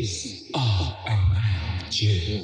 is RNG。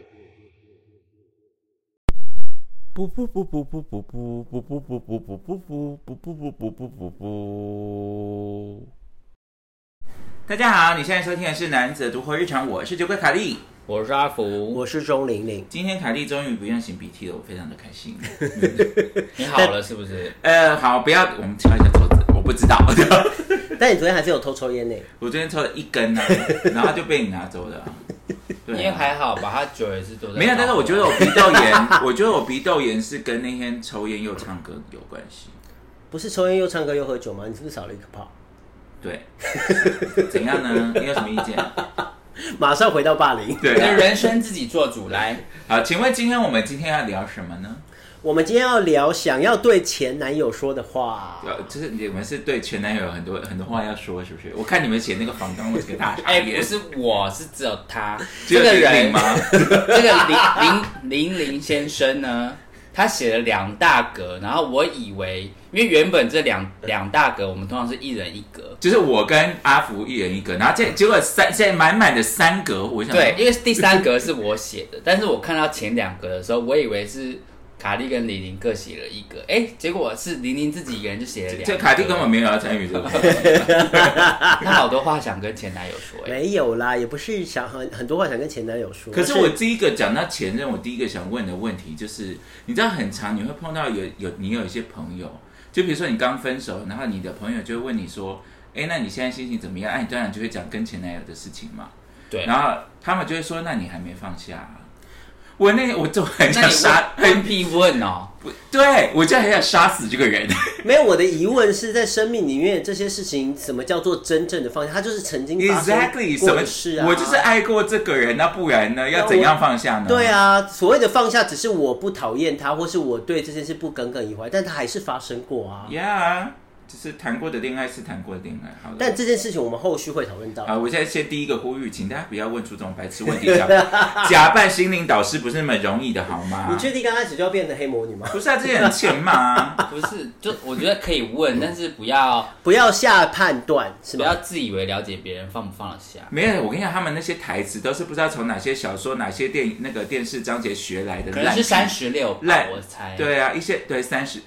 不不不不不不不不不不不不不不不不不不不。大家好，你现在收听的是男子独活日常，我是酒鬼凯莉， 我是阿福， 我是钟玲玲。 今天凯莉终于不用擤鼻涕了，我非常的开心。 你好了是不是？ 好，不要，我们敲一下桌子，我不知道。 但你昨天还是有偷抽烟呢？ 我昨天抽了一根啊，然后就被你拿走了。 因为还好吧，他酒也是都在。 没有，但是我觉得我鼻窦炎，我觉得我鼻窦炎是跟那天抽烟又唱歌有关系。 不是抽烟又唱歌又喝酒吗？你是不是少了一个泡？ 对，怎样呢？你有什么意见？ 马上回到霸凌。 对、 你的人生自己做主来。 好，请问今天要聊什么呢？ 我们今天要聊想要对前男友说的话。 就是你们是对前男友有很多话要说，是不是？我看你们写那个访纲，我这个大傻眼。 不是我，是只有他。 这个人吗？ 这个林先生呢，他写了2大格，然后我以为，因为原本这两大格我们通常是一人一格， 就是我跟阿福一人一格，然后结果现在满满的3格，我想对，因为第3格是我写的，但是我看到前2格的时候，我以为是卡莉跟玲玲各写了一个，结果是玲玲自己一个人就写了2个。 这卡莉根本没有要参与这个， 她好多话想跟前男友说。 没有啦，也不是想很多话想跟前男友说。 可是我第一个讲到前任，我第一个想问的问题就是，你知道很常你会碰到你有一些朋友，就比如说你刚分手，然后你的朋友就会问你说，那你现在心情怎么样？你当然就会讲跟前男友的事情嘛。 对。 然后他们就会说，那你还没放下啊。我就很想杀， 很屁问哦。 对，我就很想杀死这个人。 没有，我的疑问是在生命里面这些事情，什么叫做真正的放下？他就是曾经发生过的事啊。 我就是爱过这个人，那不然呢？要怎样放下呢？ 对啊，所谓的放下，只是我不讨厌他，或是我对这件事不耿耿于怀，但他还是发生过啊。 Yeah。就是谈过的恋爱是谈过的恋爱，好的。 但这件事情我们后续会讨论到。 我现在先第一个呼吁，请大家不要问出这种白痴问题，假扮心灵导师不是那么容易的，好吗？ 你确定刚开始就要变成黑魔女吗？ 不是啊，这些很浅嘛。 不是，就我觉得可以问，但是不要下判断，是吧？ 不要自以为了解别人放不放得下。 没有，我跟你讲，他们那些台词都是不知道从哪些小说、哪些电视章节学来的， 可能是36烂，我猜。 对啊，一些对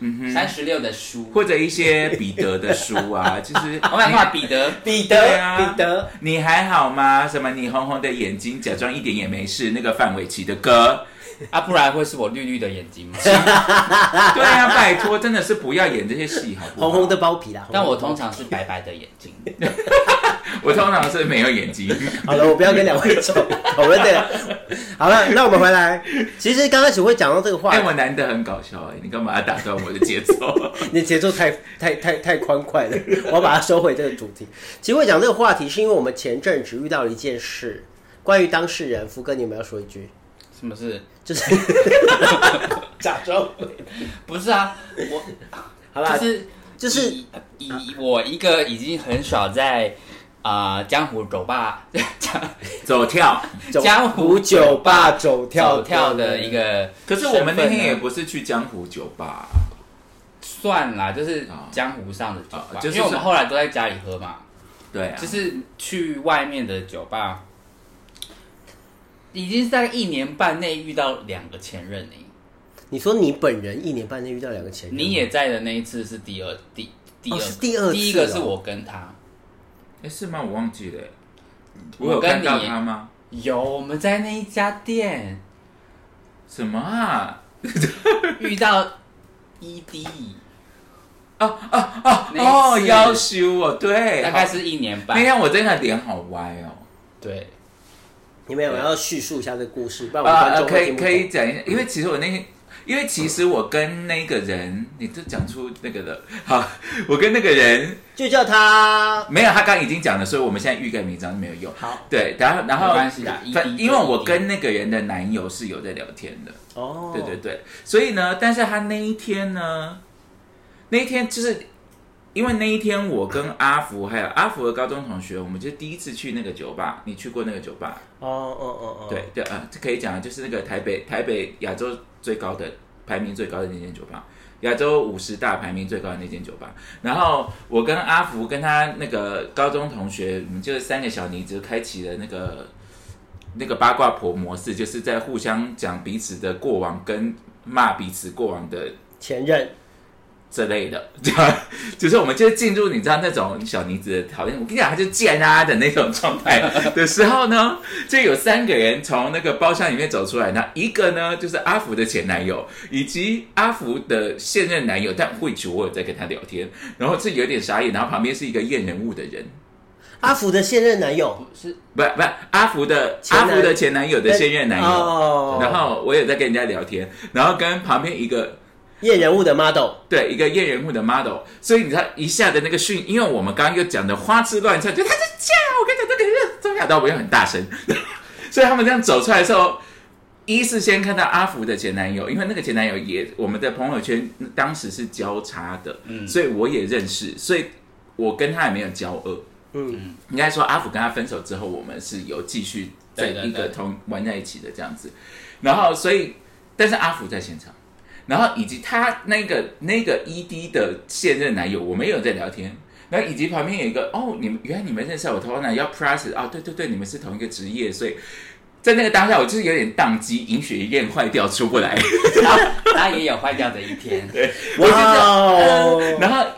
36的书， 或者一些彼得的书啊，就是我想画彼得， 彼得， 你还好吗？什么你红红的眼睛，假装一点也没事，那个范玮琪的歌啊，不然会是我绿绿的眼睛吗？ 对啊，拜托，真的是不要演这些戏，好不好？ 红红的包皮啦， 但我通常是白白的眼睛。 我通常是没有眼睛。 好了，我不要跟2位讨论的。好了，那我们回来。其实刚开始会讲到这个话题， 我难得很搞笑你干嘛要打断我的节奏？ 你的节奏太宽快了，我要把它收回这个主题。其实会讲这个话题，是因为我们前阵子遇到了一件事，关于当事人。福哥，你有没有要说一句？ 什么事？ 就是假装不是啊，我好啦， 就是以我一个已经很少在江湖走吧走跳， 江湖酒吧走跳的一个。 可是我们那天也不是去江湖酒吧， 算啦，就是江湖上的酒吧， 就是因为我们后来都在家里喝嘛。 对啊， 就是去外面的酒吧，已经是在1年半内遇到2个前任欸。 你说你本人1年半内遇到2个前任， 你也在的那一次是第二是第二次， 第一个是我跟他。 是吗？我忘记了。我有看到他吗？ 有，我们在那一家店。 什么啊？ 遇到 ED。 要羞哦，对， 大概是1年半。 那天我真的脸好歪哦。 对， 你们有没有要叙述一下这个故事？不然我们观众会听不懂。 可以讲一下，因为其实我跟那个人，你就讲出那个了。好，我跟那个人就叫他没有，他刚刚已经讲了，所以我们现在欲盖弥彰没有用。 好， 对，然后没关系啦， 因为我跟那个人的男友是有在聊天的。 哦， 对，所以呢，但是他那一天就是因为那一天我跟阿福还有阿福的高中同学，我们就第一次去那个酒吧。你去过那个酒吧？ 哦， 对，这可以讲，就是那个台北亚洲最高的排名最高的那间酒吧。 亚洲50大排名最高的那间酒吧。然后我跟阿福跟他那个高中同学，我们就是3个小妮子开启了那个八卦婆模式，就是在互相讲彼此的过往跟骂彼此过往的前任这类的，就是我们就进入你知道那种小妮子的讨厌，我跟你讲，他就贱啊的那种状态的时候呢，就有3个人从那个包厢里面走出来，那一个呢就是阿福的前男友，以及阿福的现任男友，但会我有在跟他聊天，然后是有点傻眼，然后旁边是一个验人物的人。 阿福的现任男友不阿福的前男友的现任男友， 哦， 然后我有在跟人家聊天，然后跟旁边一个验人物的 model， 对，一个验人物的 model， 所以你知道一下的那个讯，因为我们刚刚又讲的花枝乱颤，就他是这样，我跟你讲，这个钟雅刀我又很大声，所以他们这样走出来的时候，一是先看到阿福的前男友，因为那个前男友也我们的朋友圈当时是交叉的，所以我也认识，所以我跟他也没有交恶。应该说阿福跟他分手之后，我们是有继续在一个玩在一起的这样子，然后所以，但是阿福在现场，然后以及他那个 ED 的现任男友，我们也有在聊天，然后以及旁边有一个原来你们认识我头发要 process 对，你们是同一个职业，所以在那个当下我就是有点宕机，饮血液坏掉出不来， 他也有坏掉的一天， 对， 哇， 然后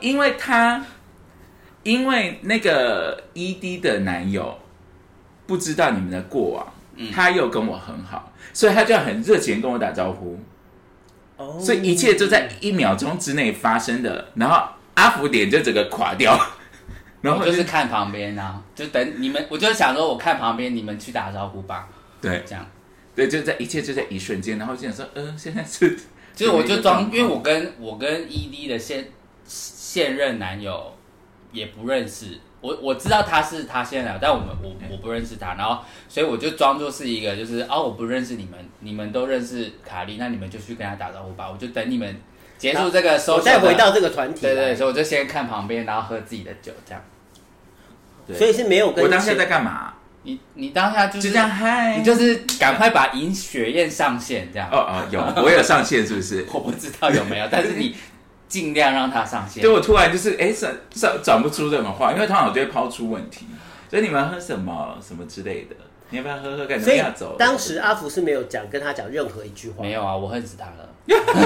因为那个 ED 的男友不知道你们的过往，他又跟我很好，所以他就很热情跟我打招呼，所以一切就在1秒钟之内发生的，然后阿福脸就整个垮掉，然后我就是看旁边啊，就等你们，我就想说我看旁边，你们去打招呼吧， 对， 这样， 对，一切就在一瞬间，然后就想说，现在是， 就是我就装，因为我跟 ED 的现任男友也不认识，我知道他是他现在，但我不认识他，然后所以我就装作是一个就是我不认识你们，你们都认识卡莉，那你们就去跟他打招呼吧，我就等你们结束这个收， 我再回到这个团体， 对，所以我就先看旁边，然后喝自己的酒，这样。 所以是没有跟我当下在干嘛？ 你当下就是这样嗨， 你就是赶快把尹雪燕上线这样。 有，我有上线是不是？ 我不知道有没有，但是你尽量让他上线。 对，我突然就是找不出任何话，因为通常我就会抛出问题，所以你们喝什么什么之类的，你要不要喝喝看？ 所以要走。 当时阿福是没有跟他讲任何一句话。 没有啊，我恨死他了。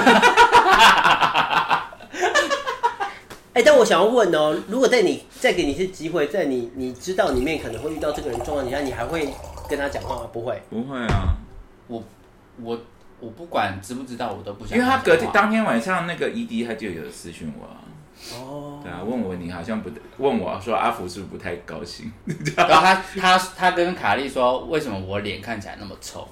但我想要问哦，如果再给你一次机会，在你知道里面可能会遇到这个人状况底下，你还会跟他讲话吗？不会， 不会啊。 我不管知不知道，我都不想。 因为他当天晚上那个 ED 他就有私讯我啊。对啊，问我你好像问我说阿福是不是不太高兴？ 然后他跟卡莉说，为什么我脸看起来那么臭？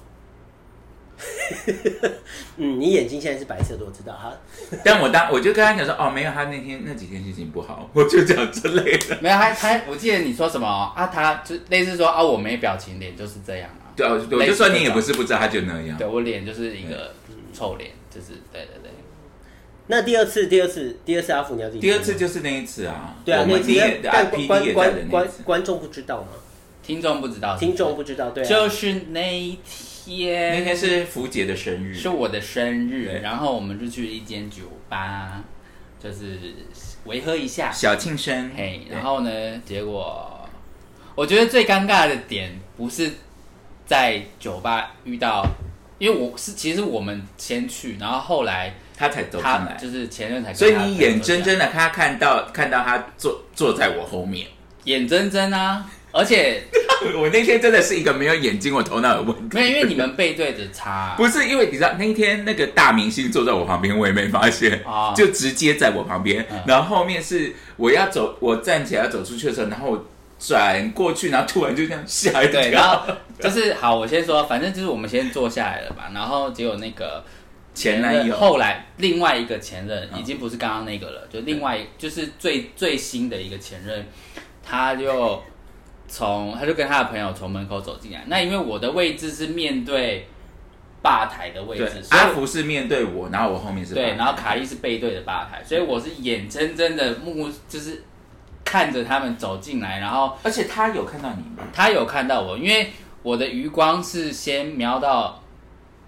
你眼睛现在是白色的，我知道哈。 但我就跟他讲说，没有，他那几天心情不好，我就讲这类的。 没有我记得你说什么他就类似说我没表情，脸就是这样啊。 对，我就说你也不是不知道，他就那样。 对，我脸就是一个臭脸，就是对。 那第二次阿福你要自己。 第二次就是那一次啊。 对啊，那次但观众不知道吗？ 听众不知道， 对啊。 就是那一天， 那天是福杰的生日， 是我的生日，然后我们就去一间酒吧，就是维和一下小庆生。 然后呢，结果我觉得最尴尬的点不是在酒吧遇到，因为其实我们先去，然后后来他才走进来， 就是前任才跟他。 所以你眼睁睁的看到他坐在我后面， 眼睁睁啊！而且我那天真的是一个没有眼睛，我头脑有问题。 没有，因为你们背对着擦。 不是因为你知道那一天那个大明星坐在我旁边，我也没发现，就直接在我旁边。然后后面是我要走，我站起来要走出去的时候，然后我转过去，然后突然就这样吓一跳。 对，然后就是好，我先说，反正就是我们先坐下来了吧。然后结果那个前男友， 后来另外一个前任已经不是刚刚那个了，就另外就是最新的一个前任，他就跟他的朋友从门口走进来。那因为我的位置是面对吧台的位置， 阿福是面对我，然后我后面是吧台， 对，然后卡莉是背对着吧台，所以我是眼睁睁的就是看着他们走进来，然后而且他有看到你吗？ 他有看到我，因为我的余光是先瞄到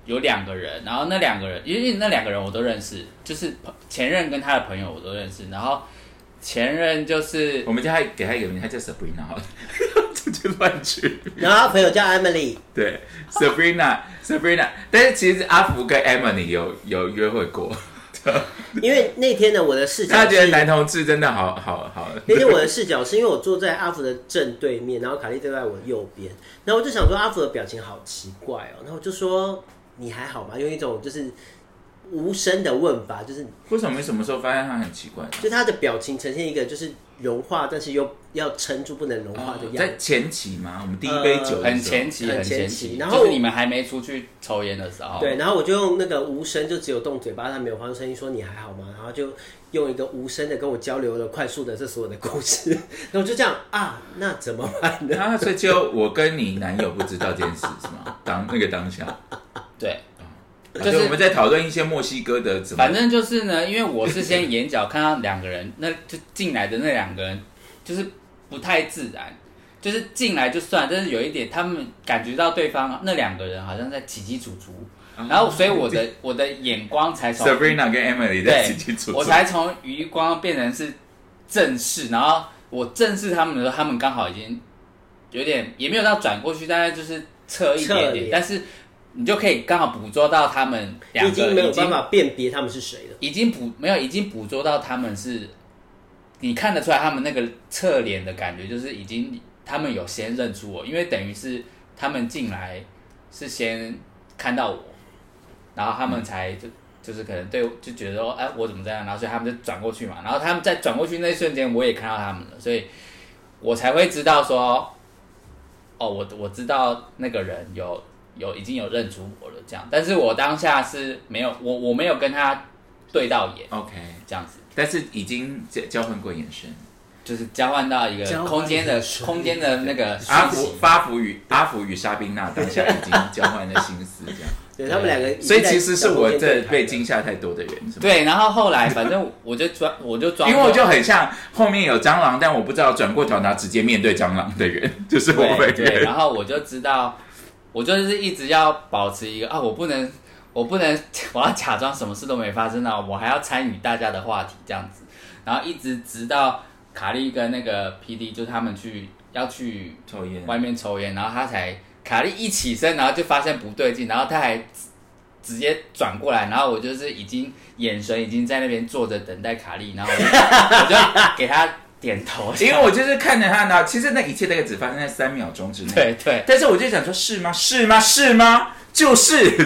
有2个人，然后那2个人，因为那2个人我都认识，就是前任跟他的朋友我都认识，然后前任就是我们给他一个名字，他叫 Sabrina 好了，这就乱取。 然后他朋友叫 Emily， 对 Sabrina， 但是其实阿福跟 Emily 有约会过。 因为那天呢，我的视角他觉得男同志真的好。 那天我的视角是因为我坐在阿福的正对面，然后卡莉坐在我右边，然后我就想说阿福的表情好奇怪哦，然后我就说你还好吗？用一种就是无声的问法，就是为什么你什么时候发现他很奇怪？ 就他的表情呈现一个就是融化，但是又要撑住不能融化的样子。 在前期嘛，我们第一杯酒的时候很前期， 然后就是你们还没出去抽烟的时候。 对，然后我就用那个无声，就只有动嘴巴，他没有发出声音，说你还好吗？然后就用一个无声的跟我交流了快速的这所有的故事，然后就这样啊，那怎么办呢？ 所以只有我跟你男友不知道这件事是吗？当下， 对。 就是我们在讨论一些墨西哥的怎么， 反正就是呢，因为我是先眼角看到2个人，那就进来的那2个人就是不太自然，就是进来就算，但是有一点他们感觉到对方那2个人好像在起起楚楚，然后所以我的眼光才从 Sabrina 跟 Emily 在起起楚楚， 我才从余光变成是正视，然后我正视他们的时候，他们刚好已经有点也没有到转过去，大概就是侧一点点，但是。你就可以刚好捕捉到他们2个， 已经没有办法辨别他们是谁了。 已经捕捉到他们是，你看得出来他们那个侧脸的感觉，就是已经他们有先认出我，因为等于是他们进来是先看到我，然后他们才就是可能对就觉得说，哎，我怎么这样？然后所以他们就转过去嘛，然后他们在转过去那一瞬间，我也看到他们了，所以我才会知道说，哦，我知道那个人已经有认出我了，这样，但是我当下是没有，我没有跟他对到眼 ，OK， 这样子， 但是已经交换过眼神， 就是交换到一个空间的那个阿福与莎宾娜当下已经交换了心思，这样， 对他们2个， 所以其实是我这被惊吓太多的人，是吗？ 对，然后后来反正我就装， 因为我就很像后面有蟑螂，但我不知道转过头然后直接面对蟑螂的人，就是我本人。 对，然后我就知道。我就是一直要保持一个我不能，我要假装什么事都没发生啊，我还要参与大家的话题这样子，然后一直到卡莉跟那个 PD 就是他们要去抽烟， 外面抽烟，然后卡莉一起身，然后就发现不对劲，然后他还直接转过来，然后我就是眼神已经在那边坐着等待卡莉，然后我就给他。点头， 因为我就是看着他，然后其实那一切大概只发生在3秒钟之内。 对， 但是我就想说，是吗？就是，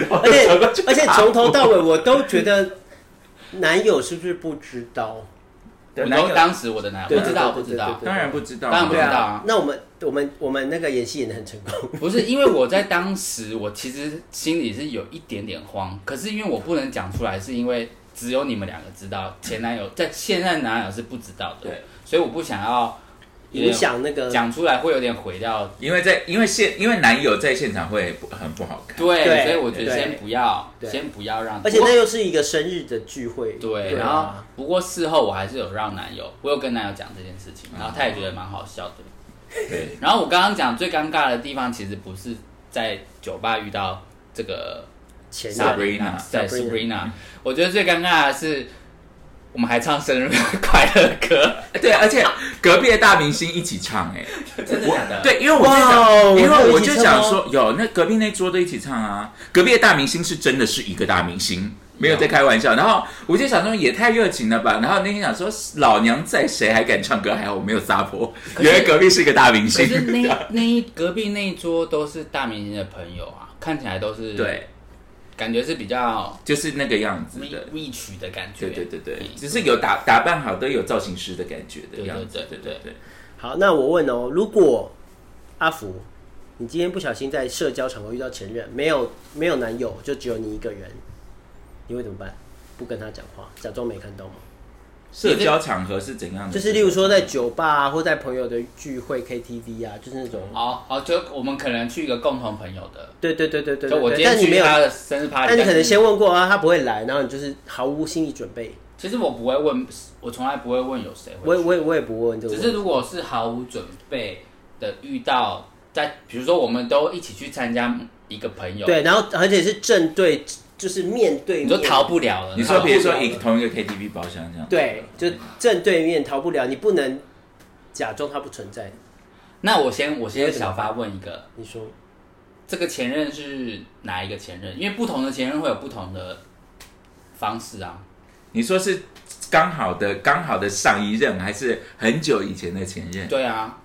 而且从头到尾我都觉得男友是不是不知道？ 当时我的男友不知道， 当然不知道啊。 那我们那个演戏演得很成功， 不是因为我在当时我其实心里是有一点点慌，可是因为我不能讲出来，是因为只有你们2个知道，前男友现在男友是不知道的。 对。 所以我不想要影响那个讲出来会有点毁掉， 因为男友在现场会很不好看。 对，所以我觉得先不要让， 而且那又是一个生日的聚会。 对，然后不过事后我还是有让男友，我有跟男友讲这件事情，然后他也觉得蛮好笑的。 对， 然后我刚刚讲最尴尬的地方，其实不是在酒吧遇到这个 Sabrina， 我觉得最尴尬的是。我们还唱生日快乐歌， 对，而且隔壁的大明星一起唱， 真的假的？ 对，因为我就想说，有那隔壁那桌都一起唱啊，隔壁的大明星是真的是一个大明星，没有在开玩笑。然后我就想说，也太热情了吧。然后那天想说，老娘在谁还敢唱歌？还好我没有撒泼，原来隔壁是一个大明星。 可是隔壁那一桌都是大明星的朋友啊，看起来都是对。 感觉是比较就是那个样子的蜜曲的感觉， 对，只是有打扮好，都有造型师的感觉的样子，对。 好，那我问哦，如果阿福，你今天不小心在社交场合遇到前任，没有男友，就只有你一个人，你会怎么办？不跟他讲话，假装没看到吗？ 社交场合是怎样的？ 就是例如说在酒吧或在朋友的聚会 KTV 啊，就是那种就我们可能去一个共同朋友的， 对， 就我今天去他的生日 party， 但你可能先问过他不会来，然后你就是毫无心理准备。 其实我不会问，我从来不会问有谁会去， 我也不会问这个问题。 只是如果是毫无准备的遇到在比如说我们都一起去参加一个朋友， 对，然后而且是正对，就是面对面， 你说逃不了了。 你说比如说同一个 KTV 包厢这样， 对，就正对面逃不了，你不能假装它不存在。 那我先小发问一个， 你说这个前任是哪一个前任？因为不同的前任会有不同的方式啊。 你说是刚好的上一任，还是很久以前的前任？ 对啊，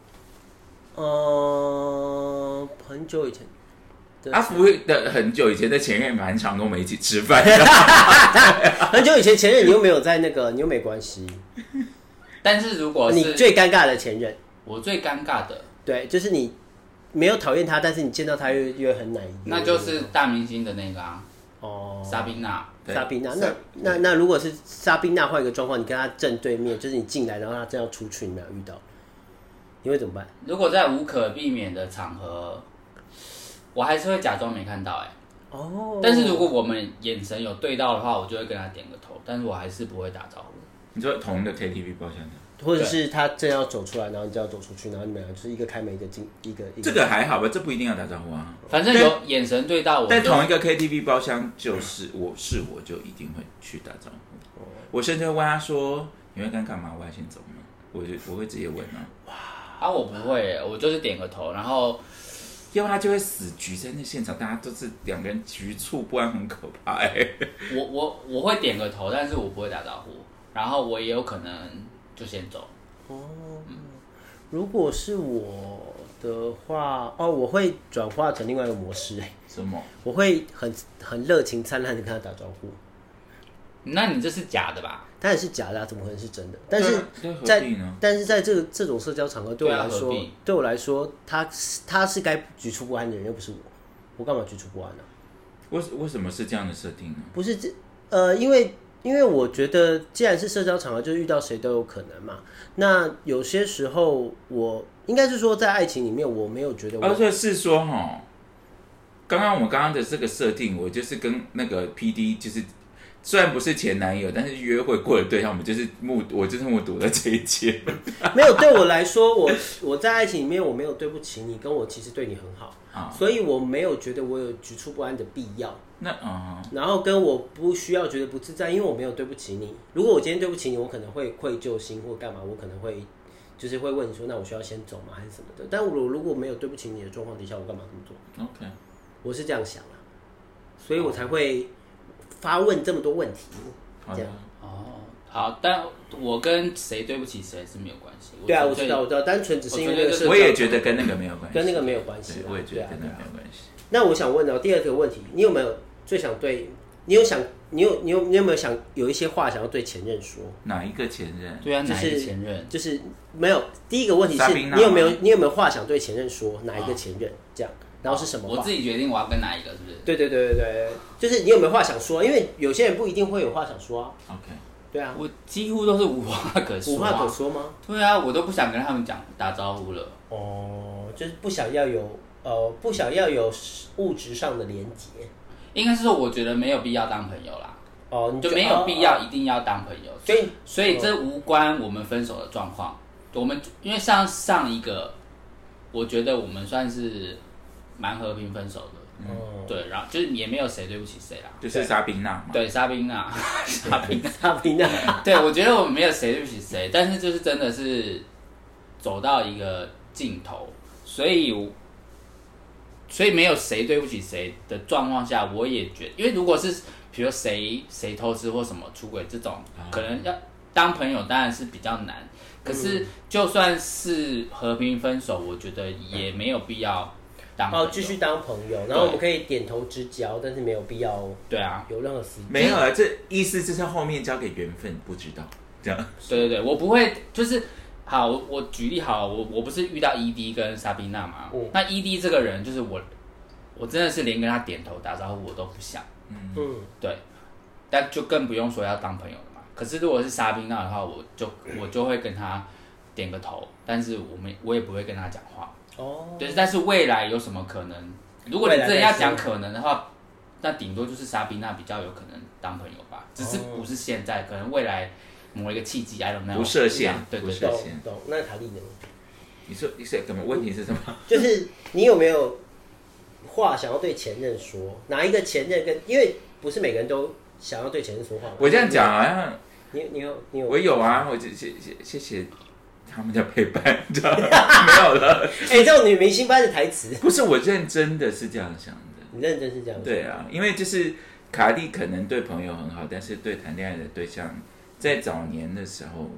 很久以前。 阿福的很久以前的前任蛮常跟我们一起吃饭的。 很久以前前任你又没有在那个，你又没关系。 但是如果是你最尴尬的前任， 我最尴尬的， 对，就是你没有讨厌他，但是你见到他又很难。 那就是大明星的那个啊，莎宾娜。 莎宾娜，那如果是莎宾娜换一个状况，你跟他正对面，就是你进来，然后他正要出去，你没有遇到，你会怎么办？ 如果在无可避免的场合，我还是会假装没看到但是如果我们眼神有对到的话，我就会跟他点个头，但是我还是不会打招呼。 你说同一个 KTV 包厢的， 或者是他正要走出来，然后你就要走出去，然后你们俩就是一个开门一个进，一个这个还好吧？这不一定要打招呼啊。 反正有眼神对到我， 但同一个 KTV 包厢，就是我就一定会去打招呼。我甚至会问他说：“你会干嘛？我要先走吗？”我会直接问啊。 我不会，我就是点个头，然后要不然他就会死局在那现场，大家都是两个人局促不安，很可怕我会点个头，但是我不会打招呼，然后我也有可能就先走。 如果是我的话，我会转化成另外一个模式。 什么？ 我会很热情灿烂的跟他打招呼。 那你这是假的吧？ 当然是假的，怎么可能是真的？但是在这种社交场合，对我来说，他是该局促不安的人，又不是我干嘛局促不安呢？ 为什么是这样的设定呢？ 不是因为我觉得，既然是社交场合，就遇到谁都有可能嘛。那有些时候，我应该是说，在爱情里面，我没有觉得所以是说刚刚的这个设定，我就是跟那个 PD 就是。虽然不是前男友，但是约会过的对象，我就是目睹了这一切。 没有，对我来说，我在爱情里面我没有对不起你，跟我其实对你很好，所以我没有觉得我有局促不安的必要。然后跟我不需要觉得不自在，因为我没有对不起你。如果我今天对不起你，我可能会愧疚心或干嘛，我可能会就是会问你说，那我需要先走吗，还是什么的？但我如果没有对不起你的状况底下，我干嘛这么做 ？OK， 我是这样想啊，所以我才会。发问这么多问题，这样好，但我跟谁对不起谁是没有关系。 对啊，我知道，单纯只是因为那个我也觉得跟那个没有关系， 跟那个没有关系。 我也觉得跟那个没有关系。 那我想问第二个问题，你有没有最想对？你有没有想有一些话想要对前任说？ 哪一个前任？ 对啊，哪一个前任？ 就是没有。第一个问题是你有没有话想对前任说？哪一个前任？这样。然后是什么话？ 我自己决定我要跟哪一个，是不是？ 对，就是你有没有话想说？因为有些人不一定会有话想说啊。 OK， 对啊， 我几乎都是无话可说。 无话可说吗？ 对啊，我都不想跟他们打招呼了。 就是不想要有物质上的连结。 应该是说，我觉得没有必要当朋友啦。就没有必要一定要当朋友。所以这无关我们分手的状况。我们因为像上一个，我觉得我们算是。蛮和平分手的，对，然后就是也没有谁对不起谁啦， 就是莎宾娜嘛， 对，莎宾娜， 对， 我觉得我们没有谁对不起谁，但是就是真的是走到一个尽头，所以没有谁对不起谁的状况下，我也觉得，因为如果是比如谁偷吃或什么出轨这种，可能要当朋友当然是比较难，可是就算是和平分手，我觉得也没有必要。 继续当朋友，然后我们可以点头之交，但是没有必要对啊有任何私没有啊，这意思就是后面交给缘分，不知道这样。 对，我不会就是好，我举例好，我不是遇到 ED 跟莎宾娜嘛，那 ED 这个人就是我真的是连跟他点头打招呼我都不想，对，但就更不用说要当朋友了嘛。可是如果是莎宾娜的话，我就会跟他点个头，但是我也不会跟他讲话。对，但是未来有什么可能？如果你真的要讲可能的话，那顶多就是莎宾娜比较有可能当朋友吧，只是不是现在，可能未来某一个契机 ，I don't know， 不设限， 对， 懂。那卡莉呢？ 你说什么问题是什么？ 就是你有没有话想要对前任说？哪一个前任因为不是每个人都想要对前任说话。 我这样讲好像你有我有啊，我谢谢他们的陪伴，这样没有了。 这种女明星般的台词， 不是我认真的是这样想的。 你认真是这样想？ 对啊，因为就是卡莉可能对朋友很好，但是对谈恋爱的对象，在早年的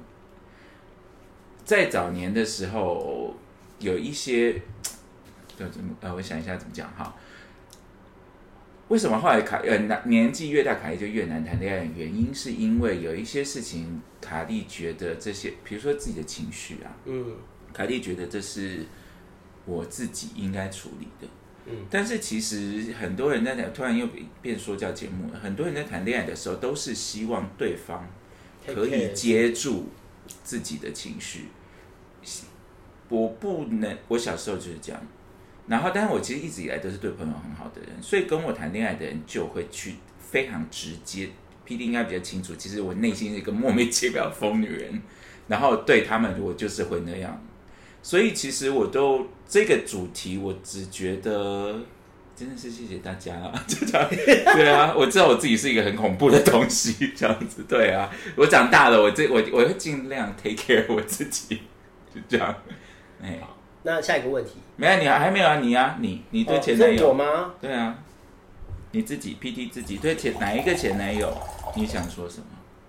时候有一些，我想一下怎么讲哈。为什么后来年纪越大，卡莉就越难谈恋爱？的原因是因为有一些事情，卡莉觉得这些，比如说自己的情绪啊，卡莉觉得这是我自己应该处理的。但是其实很多人在突然又变说教节目了，很多人在谈恋爱的时候都是希望对方可以接住自己的情绪。我不能，我小时候就是这样。然后，但是我其实一直以来都是对朋友很好的人，所以跟我谈恋爱的人就会去非常直接。PD 应该比较清楚，其实我内心是一个莫名其妙的疯女人，然后对他们我就是会那样。所以其实我都这个主题，我只觉得真的是谢谢大家啦，就这样。对啊，我知道我自己是一个很恐怖的东西，这样子。对啊，我长大了，我会尽量 take care 我自己，就这样。 好，那下一个问题， 没有你还没有啊？你对前男友？ 是我吗？ 对啊，你自己 PT 自己对哪一个前男友？你想说什么？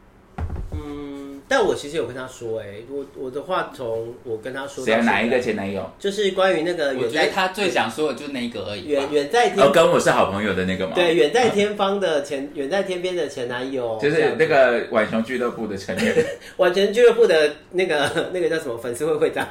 但我其实有跟他说，我的话从我跟他说， 谁哪一个前男友？ 就是关于那个我觉得他最想说的就是那一个而已。 远在天跟我是好朋友的那个吗？ 对，远在天方的远在天边的前男友， 就是那个浣熊俱乐部的成员， 浣熊俱乐部的那个叫什么粉丝会会长。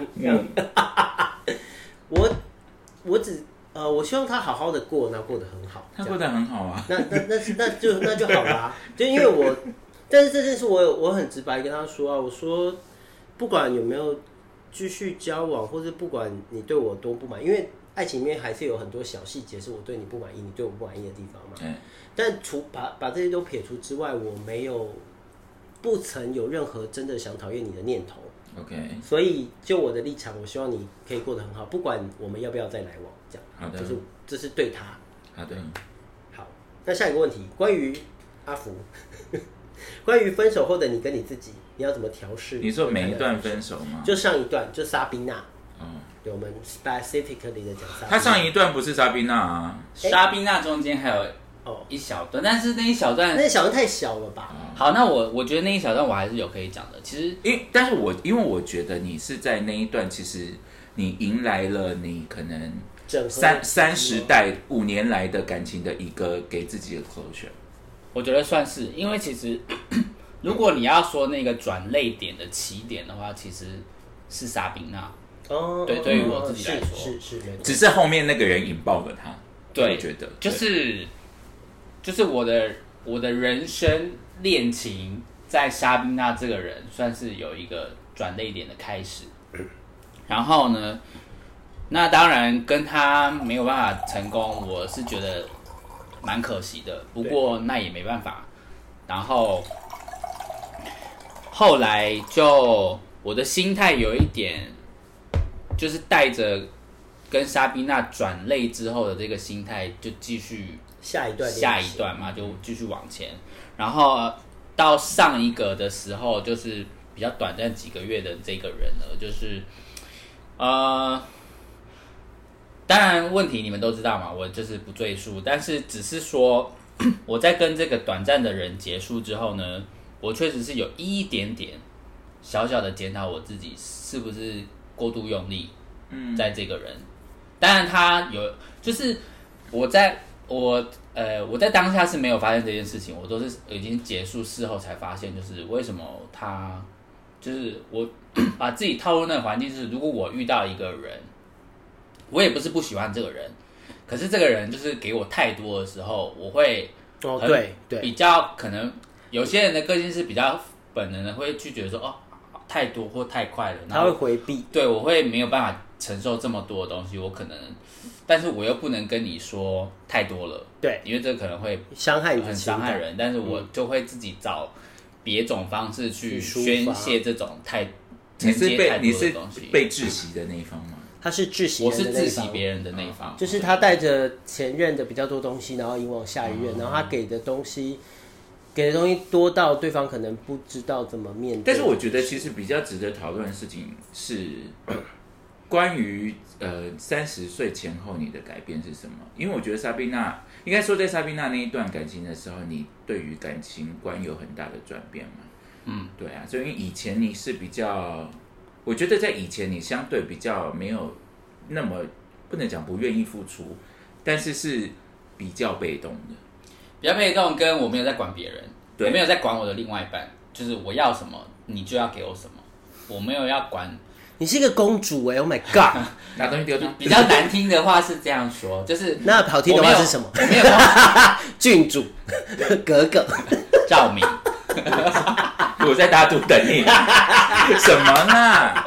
我希望他好好的过，然后过得很好。 他过得很好啊。 那就好啦。就因为但是这件事我很直白跟他说啊，我说不管有没有继续交往，或者不管你对我多不满，因为爱情里面还是有很多小细节是我对你不满意，你对我不满意的地方嘛。但把这些都撇除之外，我不曾有任何真的想讨厌你的念头。 OK， 所以就我的立场，我希望你可以过得很好，不管我们要不要再来往，这样。 好的， 这是对他。 好的， 好。那下一个问题，关于阿福，关于分手后的你跟你自己，你要怎么调试？ 你说每一段分手吗？ 就上一段，就莎宾娜。对，我们 specifically 的讲莎宾娜。 他上一段不是莎宾娜啊， 莎宾娜中间还有一小段，但是那一小段太小了吧？ 好，那我觉得那一小段我还是有可以讲的。其实， 但是因为我觉得你是在那一段，其实你迎来了你可能30代5年来的感情的一个给自己的 closure。 我觉得算是，因为其实如果你要说那个转捩点的起点的话，其实是莎宾娜。对，对于我自己来说， 是只是后面那个人引爆了他。 对， 我觉得就是我的人生恋情，在莎宾娜这个人算是有一个转捩点的开始。然后呢，那当然跟他没有办法成功，我是觉得蛮可惜的。不过那也没办法。然后后来就我的心态有一点，就是带着跟莎宾娜转类之后的这个心态，就继续下一段嘛，就继续往前。然后到上一个的时候，就是比较短暂几个月的这个人呢，就是当然问题你们都知道嘛，我就是不赘述。但是只是说我在跟这个短暂的人结束之后呢，我确实是有一点点小小的检讨我自己是不是过度用力在这个人。当然他有，就是我在当下是没有发现这件事情，我都是已经结束事后才发现，就是为什么他就是我把自己套入那个环境，就是如果我遇到一个人，我也不是不喜欢这个人，可是这个人就是给我太多的时候，我会对比较可能有些人的个性是比较本能的，会拒绝说太多或太快了， 他会回避， 对，我会没有办法承受这么多的东西，我可能，但是我又不能跟你说太多了， 对， 因为这可能会伤害很伤害人，但是我就会自己找别种方式去宣泄这你是被你是承接太多的东西被窒息的那一方吗？ 他是窒息我是窒人的那一方息别人的那一方， 就是他带着前任的比较多东西，然后引往下一任，然后他给的东西多到对方可能不知道怎么面对。 但是我觉得其实比较值得讨论的事情是关于30岁前后你的改变是什么？因为我觉得莎宾娜应该说在莎宾娜那一段感情的时候，你对于感情观有很大的转变嘛。对啊，所以以前你是比较。我觉得在以前你相对比较没有那么不能讲不愿意付出，但是是比较被动的， 比较被动，跟我没有在管别人， 对我没有在管我的另外一半，就是我要什么你就要给我什么，我没有要管。 你是一个公主哎、欸、，Oh my god！ 拿东西丢掉。 比较难听的话是这样说，就是那好听的话是什么？ 我没有郡主、格格、 照明。 我在大肚等你，什么呢？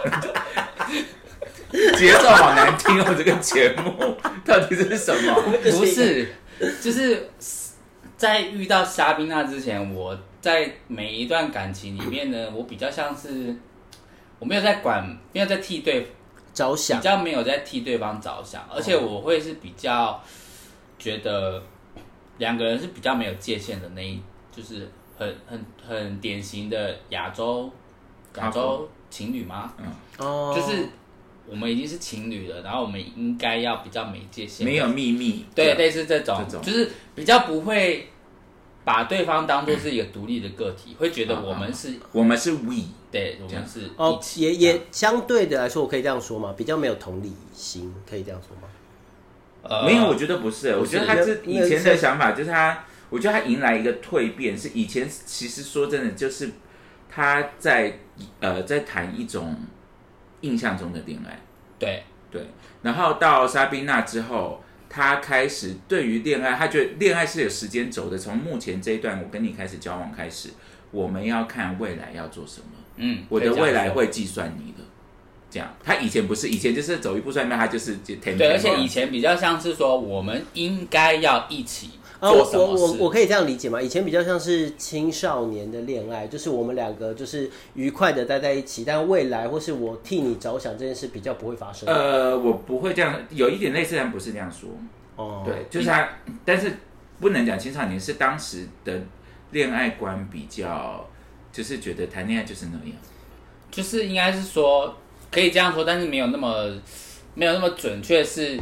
节奏好难听哦，这个节目到底是什么？ 不是，就是在遇到莎宾娜之前，我在每一段感情里面呢，我比较像是我没有在管，没有在替对着想， 比较没有在替对方着想，而且我会是比较觉得两个人是比较没有界限的就是很典型的亚洲情侣吗？就是我们已经是情侣了，然后我们应该要比较没界限， 没有秘密， 对，类似这种，就是比较不会把对方当作是一个独立的个体，会觉得我们是 we， 对，我们是一起。 也相对的来说，我可以这样说嘛，比较没有同理心，可以这样说吗？ 没有，我觉得不是，我觉得他是以前的想法，就是我觉得他迎来一个蜕变，是以前其实说真的，就是他在谈一种印象中的恋爱， 对， 然后到莎宾娜之后，他开始对于恋爱，他觉得恋爱是有时间轴的，从目前这一段我跟你开始交往开始，我们要看未来要做什么，我的未来会计算你的。这样，他以前不是，以前就是走一步算一步，他就是对，而且以前比较像是说，我们应该要一起做什么事。 我可以这样理解吗？以前比较像是青少年的恋爱，就是我们两个就是愉快的待在一起，但未来或是我替你着想这件事比较不会发生。 我不会这样，有一点类似，但不是这样说。对，就是他，但是不能讲青少年，是当时的恋爱观比较，就是觉得谈恋爱就是那样， 就是应该是说。可以这样说，但是没有那么准确。是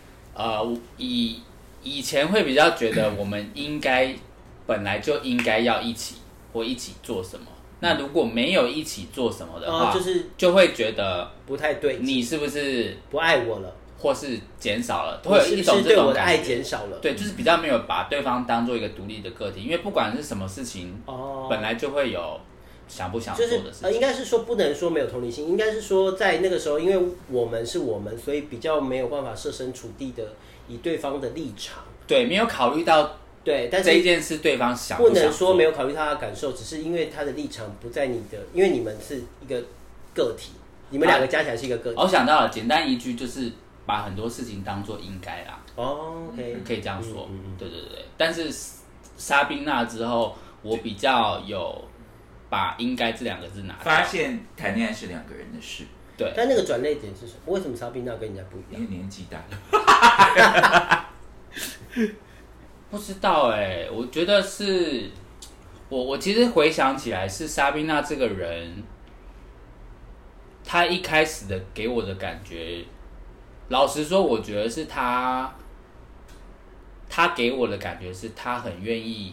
以前会比较觉得我们本来就应该要一起或一起做什么。那如果没有一起做什么的话，就会觉得不太对， 你是不是不爱我了， 或是减少了，会有一种这种感觉， 对我的爱减少了。 对，就是比较没有把对方当做一个独立的个体，因为不管是什么事情，本来就会有。想不想做的事情， 应该是说不能说没有同理心，应该是说在那个时候，因为我们是我们，所以比较没有办法设身处地的以对方的立场， 对，没有考虑到对，但是这一件事对方想不想做， 不能说没有考虑他的感受，只是因为他的立场不在你的，因为你们是一个个体，你们两个加起来是一个个体。 我想到了，简单一句就是把很多事情当作应该啦。 OK， 可以这样说，对。但是莎宾娜之后，我比较有。把“应该”这两个字拿掉， 发现谈恋爱是两个人的事。 对， 但那个转捩点是什么？为什么莎宾娜跟人家不一样？ 因为年纪大了。 不知道我觉得是我其实回想起来，是莎宾娜这个人，她一开始的给我的感觉，老实说，我觉得是她给我的感觉是她很愿意。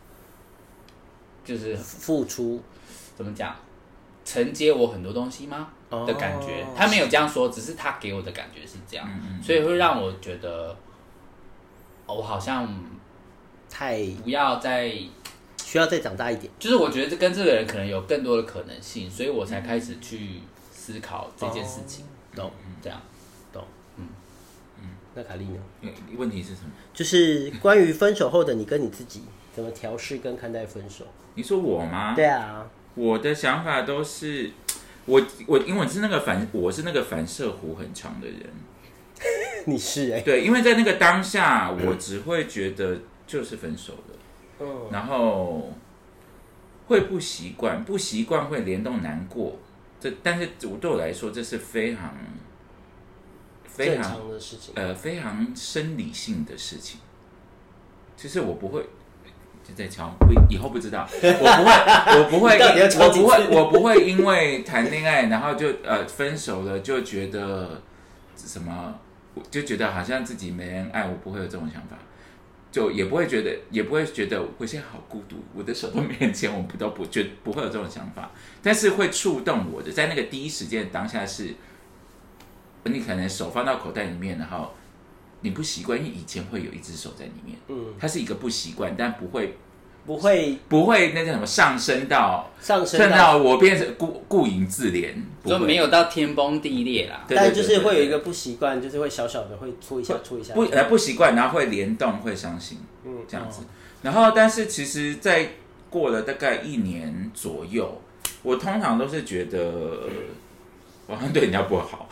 就是付出， 怎么讲？承接我很多东西吗？的感觉，他没有这样说，只是他给我的感觉是这样，所以会让我觉得，我好像不要再需要再长大一点。 就是我觉得跟这个人可能有更多的可能性，所以我才开始去思考这件事情。 懂， 这样懂，那凯莉呢？ 问题是什么？ 就是关于分手后的你跟你自己怎么调试跟看待分手。 你说我吗？ 对啊， 我的想法都是因为我是那个反射弧很长的人。 你是对，因为在那个当下，我只会觉得就是分手了，然后会不习惯会联动难过， 但是对我来说，这是非常正常的事情， 非常生理性的事情。就是我不会就在敲，以后不知道，我不会因为谈恋爱，然后就分手了，就觉得什么，就觉得好像自己没人爱，我不会有这种想法。就也不会觉得我现在好孤独，我的手都没人牵，我不会有这种想法。但是会触动我的，在那个第一时间当下是，你可能手放到口袋里面，然后你不习惯，因为以前会有一只手在里面，它是一个不习惯，但不会那叫什么上升到我变成顾影自怜， 就没有到天崩地裂啦。 但就是会有一个不习惯，就是会小小的会搓一下， 不习惯，然后会联动，会伤心，这样子。然后，但是其实，在过了大概1年左右，我通常都是觉得我好像对人家不好，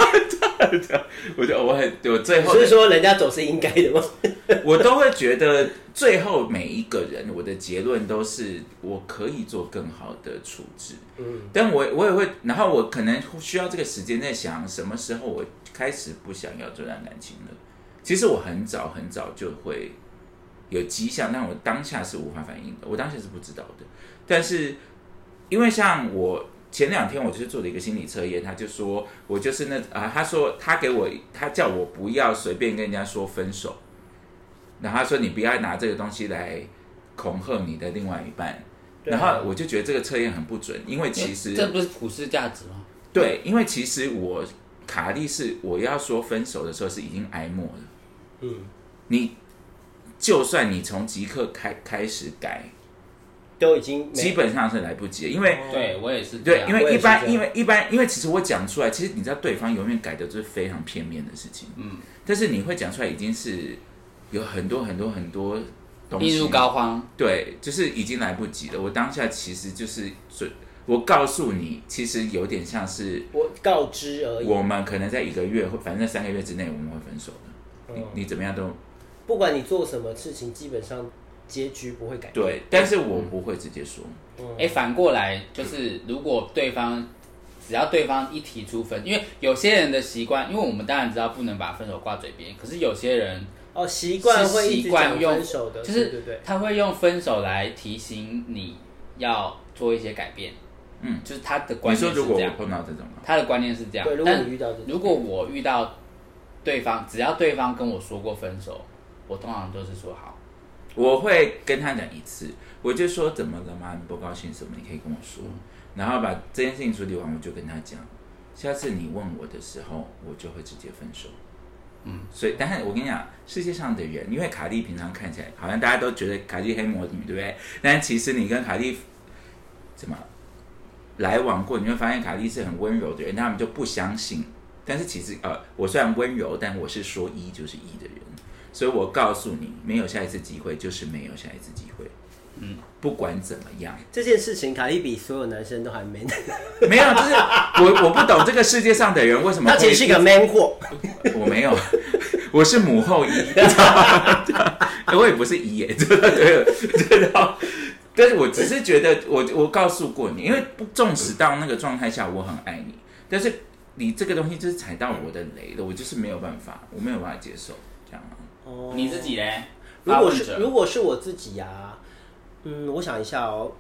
我最后是说人家走是应该的吗？ 我都会觉得最后每一个人，我的结论都是我可以做更好的处置。但我也会，然后我可能需要这个时间在想，什么时候我开始不想要这段感情了。其实我很早就会有迹象，但我当下是无法反应的，我当下是不知道的。但是因为像我前2天我就是做了一个心理测验，他就说我就是他说他叫我不要随便跟人家说分手。然后他说你不要拿这个东西来恐吓你的另外一半，然后我就觉得这个测验很不准，因为其实这不是普世价值吗？ 对，因为其实卡莉是我要说分手的时候是已经挨末了，你就算你从即刻开始改， 都已经基本上是来不及了，因为对我也是这样， 对，因为其实我讲出来，其实你知道对方永远改的就是非常片面的事情，但是你会讲出来已经是有很多东西病入膏肓， 对，就是已经来不及了。我当下其实就是我告诉你，其实有点像是我告知而已。 我们可能在1个月，反正在3个月之内我们会分手的。你怎么样都， 不管你做什么事情，基本上结局不会改变。 对，但是我不会直接说。 反过来就是如果只要对方一提出因为有些人的习惯，因为我们当然知道不能把分手挂嘴边，可是有些人习惯会一直讲分手的， 就是他会用分手来提醒你要做一些改变。就是他的观念是这样。 你说如果我碰到这种吗？ 他的观念是这样。 对，如果你遇到这种， 如果我遇到对方，只要对方跟我说过分手，我通常都是说好。 我会跟他讲一次，我就说怎么了吗？你不高兴什么？你可以跟我说，然后把这件事情处理完，我就跟他讲，下次你问我的时候，我就会直接分手。所以，但是我跟你讲，世界上的人，因为卡莉平常看起来好像大家都觉得卡莉黑魔女，对不对？但其实你跟卡莉怎么来往过，你会发现卡莉是很温柔的人，他们就不相信。但是其实我虽然温柔，但我是说一就是一的人，所以我告诉你，没有下一次机会就是没有下一次机会。不管怎么样， 这件事情卡莉比所有男生都还 man。 没有，就是我不懂这个世界上的人为什么他其实是一个 man 货。 我没有，我是母后一，我也不是一耶，对，但是我只是觉得我告诉过你，因为纵使到那个状态下我很爱你，但是你这个东西就是踩到我的雷了，我就是没有办法，我没有办法接受这样。 你自己嘞？ 如果是我自己啊，我想一下哦，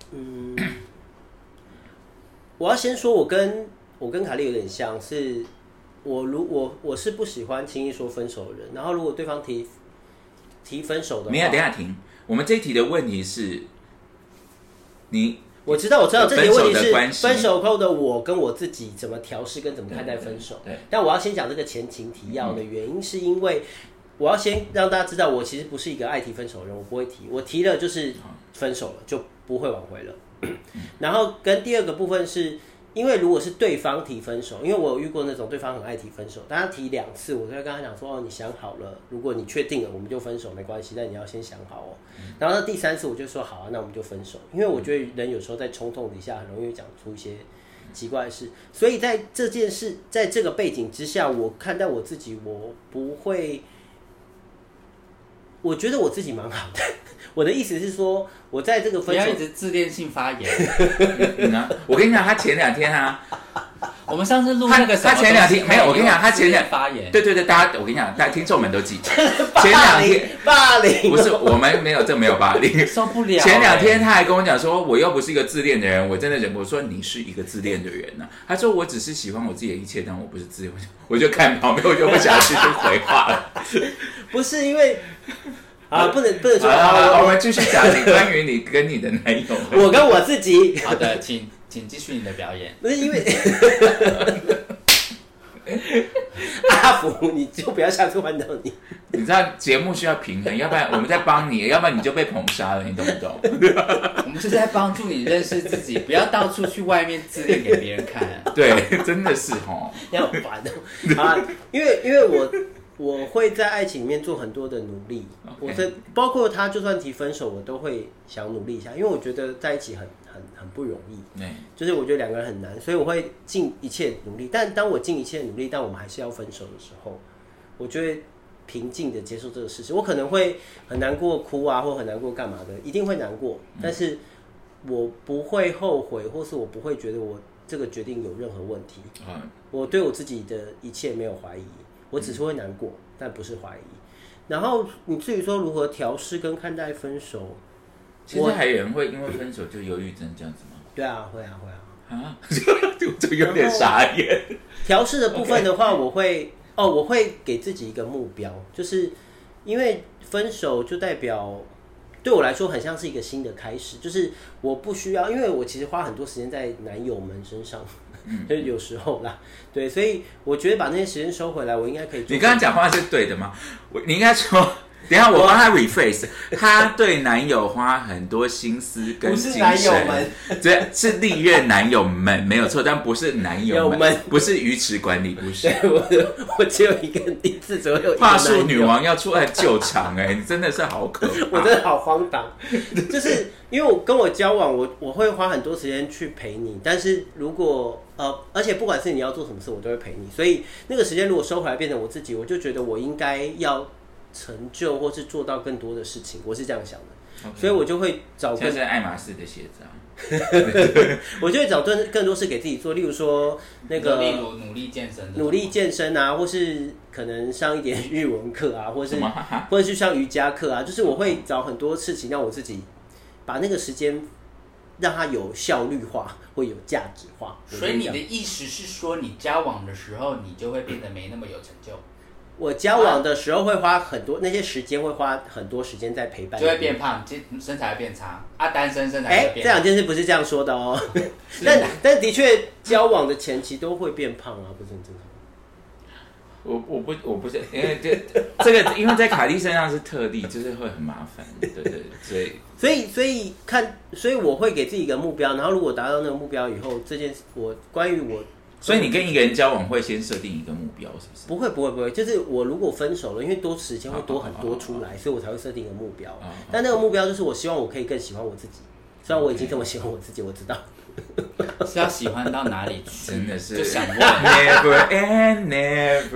我要先说，我跟卡莉有点像，是我是不喜欢轻易说分手的人，然后如果对方提分手的话， 等一下停，我们这一题的问题是， 我知道，这题问题是分手后的我跟我自己怎么调试跟怎么看待分手。 对， 但我要先讲这个前情提要的原因，是因为我要先让大家知道，我其实不是一个爱提分手的人，我不会提，我提了就是分手了，就不会挽回了。然后跟第二个部分是，因为如果是对方提分手，因为我有遇过那种对方很爱提分手，但他提2次，我就会跟他讲说，你想好了，如果你确定了，我们就分手没关系，但你要先想好哦。然后第3次我就说好啊，那我们就分手，因为我觉得人有时候在冲动底下很容易讲出一些奇怪的事，所以在这件事，在这个背景之下，我看待我自己，我不会我觉得我自己蛮好的。我的意思是说，我在这个分手， 不要一直自恋性发言。 我跟你讲，他前2天我们上次录那个什么， 他前2天没有，我跟你讲，他前2 发言， 对，大家，我跟你讲，大家听众们都记，前2天霸凌， 不是我们没有，这没有霸凌， 受不了。 前2天他还跟我讲说，我又不是一个自恋的人，我真的忍不住。我说你是一个自恋的人呐、他说我只是喜欢我自己的一切，但我不是自恋。我就看旁边，我就不想继续回话了。 不是因为。不能说。 我们继续讲你关于你跟你的男友。 我跟我自己。 好的，请继续你的表演。 不是因为阿福，你就不要下次换到你。 你知道节目需要平衡，要不然我们在帮你，要不然你就被捧杀了，你懂不懂？ 我们是在帮助你认识自己，不要到处去外面自恋给别人看。 对，真的是哦。 你好烦哦。啊，因为我会在爱情里面做很多的努力， Okay. 包括他就算提分手，我都会想努力一下，因为我觉得在一起很不容易，就是我觉得2个人很难，所以我会尽一切努力。但当我尽一切努力，但我们还是要分手的时候，我就会平静的接受这个事实。我可能会很难过哭啊，或很难过干嘛的，一定会难过，但是我不会后悔，或是我不会觉得我这个决定有任何问题。我对我自己的一切没有怀疑。我只是会难过，但不是怀疑。然后你至于说如何调试跟看待分手， 其实还有人会因为分手就忧郁症这样子吗？ 对啊，会啊。 就有点傻眼。 调试的部分的话，我会给自己一个目标，就是因为分手就代表对我来说很像是一个新的开始，就是我不需要，因为我其实花很多时间在男友们身上。就是有时候啦，对，所以我觉得把那些时间收回来，我应该可以做。 你刚刚讲话是对的吗？你应该说，等一下我帮他 rephrase， 他对男友花很多心思跟精神，不是男友们，对，是历任男友们没有错，但不是男友们，不是鱼池管理，不是。 我只有一个一次左右。 话术女王要出来救场你真的是好可怕， 我真的好荒唐。就是因为我跟我交往，我会花很多时间去陪你，但是如果而且不管是你要做什么事，我都会陪你。所以那个时间如果收回来变成我自己，我就觉得我应该要成就或是做到更多的事情，我是这样想的。Okay. 所以我就会找现在是爱马仕的鞋子啊。 我就会找更多事给自己做，例如说那个， 例如努力健身啊，或是可能上一点日文课啊，或者去上瑜伽课啊，就是我会找很多事情让我自己把那个时间让它有效率化或有价值化。 所以你的意思是说，你交往的时候，你就会变得没那么有成就？ 我交往的时候会花很多那些时间，会花很多时间在陪伴， 就会变胖，身材会变差啊。单身身材会变胖。这2件事不是这样说的哦。但的确，交往的前期都会变胖啊，不是很正常。 我不是，因为这个，因为在卡蒂身上是特例，就是会很麻烦，对， 所以我会给自己一个目标，然后如果达到那个目标以后，这件事所以你跟一个人交往会先设定一个目标，是不是？ 不会，就是我如果分手了，因为多时间会多很多出来，所以我才会设定一个目标。但那个目标就是我希望我可以更喜欢我自己，虽然我已经这么喜欢我自己，我知道。 是要喜欢到哪里去？ 真的是就想问 never and never。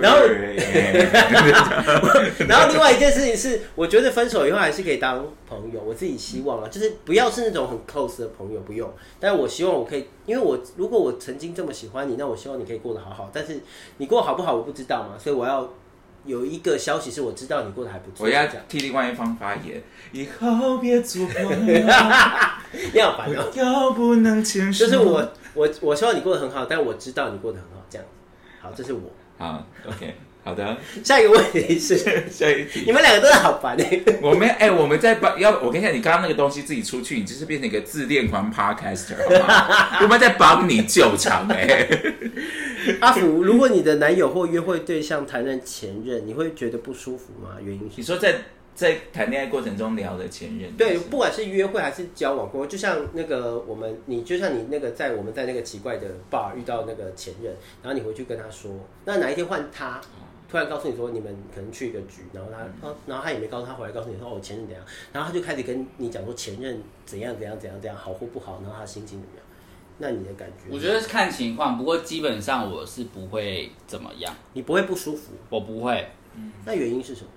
然后另外一件事情是，我觉得分手以后还是可以当朋友。我自己希望就是不要是那种很 close 的朋友，不用。但我希望我可以，因为如果我曾经这么喜欢你，那我希望你可以过得好好。但是你过得好不好我不知道嘛，所以我要有一个消息是我知道你过得还不错。 我要替另外一方发言，以后别做朋友。 你好烦哦！ 要不能牵手。 就是我希望你过得很好，但我知道你过得很好，这样。好，这是我。 好 ，OK， 好的。 下一个问题是， 下一题， 你们2个真的好烦我们在我跟你讲，你刚刚那个东西自己出去，你就是变成一个自恋狂 podcaster， 好吗？我们在帮你救场阿福，如果你的男友或约会对象谈论前任，你会觉得不舒服吗？原因是？ 你说在谈恋爱过程中聊的前任， 对，不管是约会还是交往过，就像那个就像你那个我们在那个奇怪的 bar 遇到那个前任，然后你回去跟他说，那哪一天换他突然告诉你说你们可能去一个局，然后他也没告诉他，回来告诉你说前任怎样，然后他就开始跟你讲说前任怎样好或不好，然后他心情怎么样，那你的感觉？ 我觉得是看情况，不过基本上我是不会怎么样。 你不会不舒服？ 我不会。 那原因是什么？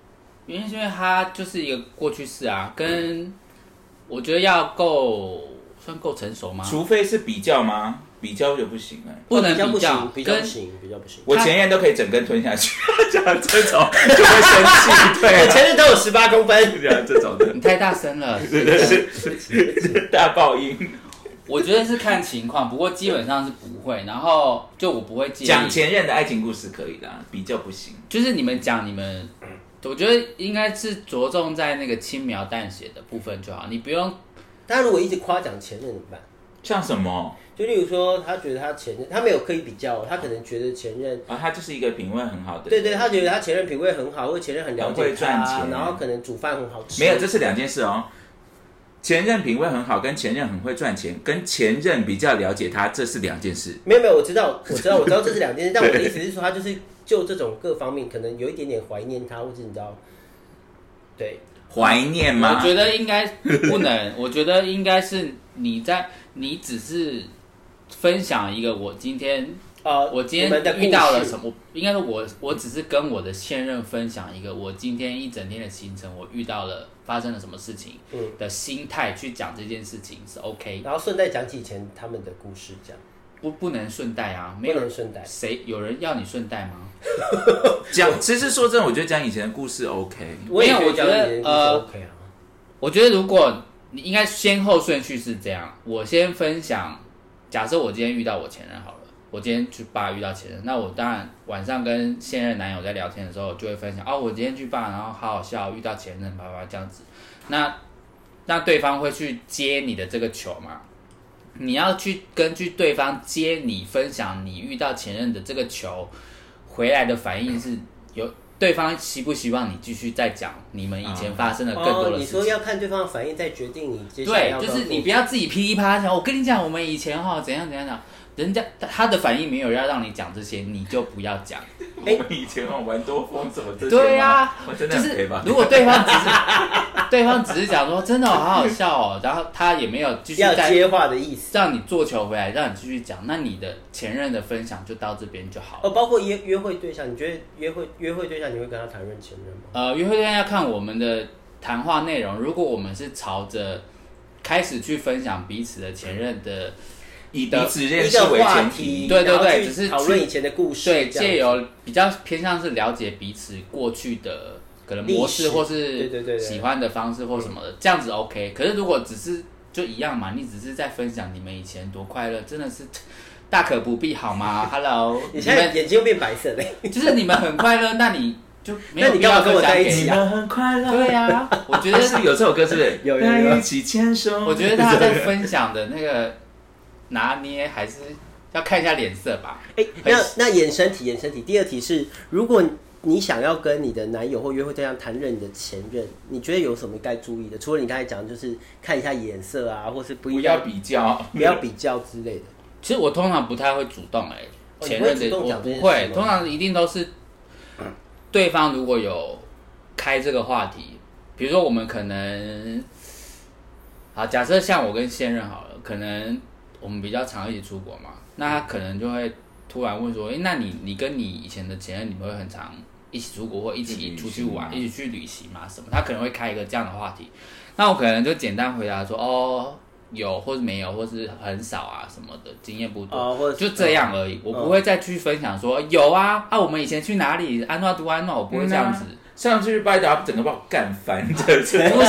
原因是因为它就是一个过去式啊，跟我觉得要算够成熟吗？ 除非是比较吗？比较就不行了， 不能比较跟不行。 我前任都可以整根吞下去，讲这种就会生气。对、啊， 我前任都有18公分， 这种的， 你太大声了， 大爆音。 我觉得是看情况，不过基本上是不会。然后就我不会介意讲前任的爱情故事可以啦，比较不行。 就是你们讲你们，我觉得应该是着重在那个轻描淡写的部分就好，你不用。 他如果一直夸奖前任怎么办？ 像什么？ 就例如说，他觉得他前任，他没有刻意比较，他可能觉得前任他就是一个品味很好的。 对，他觉得他前任品味很好，或者前任很了解他， 会赚钱， 然后可能煮饭很好吃。 没有，这是2件事哦。前任品味很好，跟前任很会赚钱，跟前任比较了解他，这是2件事。 没有，我知道这是2件事，但我的意思是说，他就是就这种各方面，可能有一点点怀念他，或者你知道，对， 怀念吗？ 我觉得应该不能，我觉得应该是你只是分享一个我今天遇到了什么，应该是我只是跟我的现任分享一个我今天一整天的行程，我遇到了发生了什么事情的心态去讲这件事情是 OK， 然后顺带讲起以前他们的故事，这样不能顺带啊，没有不能顺带， 有人要你顺带吗？ 其实说真的，我觉得讲以前的故事 OK， 我也觉得OK 啊。 我觉得如果你应该先后顺序是这样，我先分享，假设我今天遇到我前任好了。我今天去爸遇到前任，那我当然晚上跟现任男友在聊天的时候，就会分享我今天去爸，然后好好笑，遇到前任，叭叭这样子。那对方会去接你的这个球嘛？你要去根据对方接你分享你遇到前任的这个球回来的反应是有对方希不希望你继续再讲你们以前发生的更多的事情。 你说要看对方的反应再决定你接下来要。 对，就是你不要自己噼里啪啦讲。我跟你讲，我们以前怎样怎样讲。人家他的反应没有要让你讲这些，你就不要讲。 我们以前玩多疯什么这些， 对啊， 我真的很赔吧。 就是如果对方只是讲说真的好好笑哦，然后他也没有继续要接话的意思， 让你做球回来，让你继续讲，那你的前任的分享就到这边就好了。 包括约会对象，你觉得约会对象你会跟他谈论前任吗？ 约会对象要看我们的谈话内容，如果我们是朝着开始去分享彼此的前任的。 以彼此认识为前提， 对，只是讨论以前的故事， 对，借由比较偏向是了解彼此过去的可能模式，或是喜欢的方式或什么的，这样子 OK。可是如果只是就一样嘛，你只是在分享你们以前多快乐，真的是大可不必好吗 ？Hello， 你现在眼睛又变白色嘞， 就是你们很快乐，那你就没有必要跟我在一起啊？很快乐， 对啊，我觉得是有这首歌，是不是？ 有一起牵手。 我觉得他在分享的那个。拿捏还是要看一下脸色吧。 那衍生题，第二题是，如果你想要跟你的男友或约会对象谈论你的前任，你觉得有什么该注意的？除了你刚才讲，就是看一下颜色啊，或是不要比较， 不要比较之类的。 其实我通常不太会主动前任的我不会，通常一定都是对方如果有开这个话题，比如说我们可能好，假设像我跟现任好了，可能。我们比较常一起出国嘛，那他可能就会突然问说：“那你跟你以前的前任，你们会很常一起出国或一起出去玩，一起去旅行嘛？什么？”他可能会开一个这样的话题，那我可能就简单回答说：“有或是没有，或是很少啊什么的，经验不多，就这样而已。我不会再去分享说有啊，我们以前去哪里安诺读安诺，我不会这样子。 上次去拜达，整个把我干翻的，不是，这个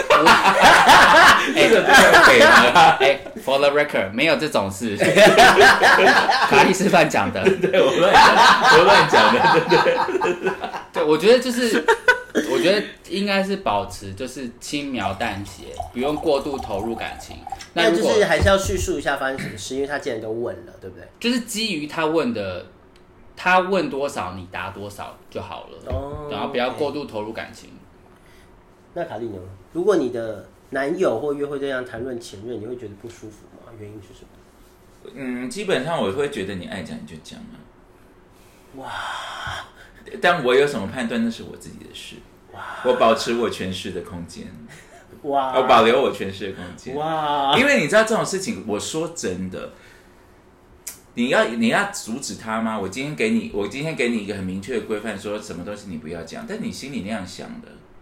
太北了。 For the record， 没有这种事，卡利示范讲的， 对，我乱讲的， 对，我觉得应该是保持就是轻描淡写，不用过度投入感情。 那就是还是要叙述一下发生什么事，因为他既然都问了，对不对？ 就是基于他问的。他问多少，你答多少就好了，然后不要过度投入感情。 那卡莉呢？如果你的男友或约会对象谈论前任，你会觉得不舒服吗？原因是什么？ 基本上我会觉得你爱讲你就讲啊。哇！但我有什么判断那是我自己的事。哇！我保持我诠释的空间。哇！我保留我诠释的空间。哇！因为你知道这种事情，我说真的。你要阻止他吗？我今天给你一个很明确的规范，说什么东西你不要讲，但你心里那样想的，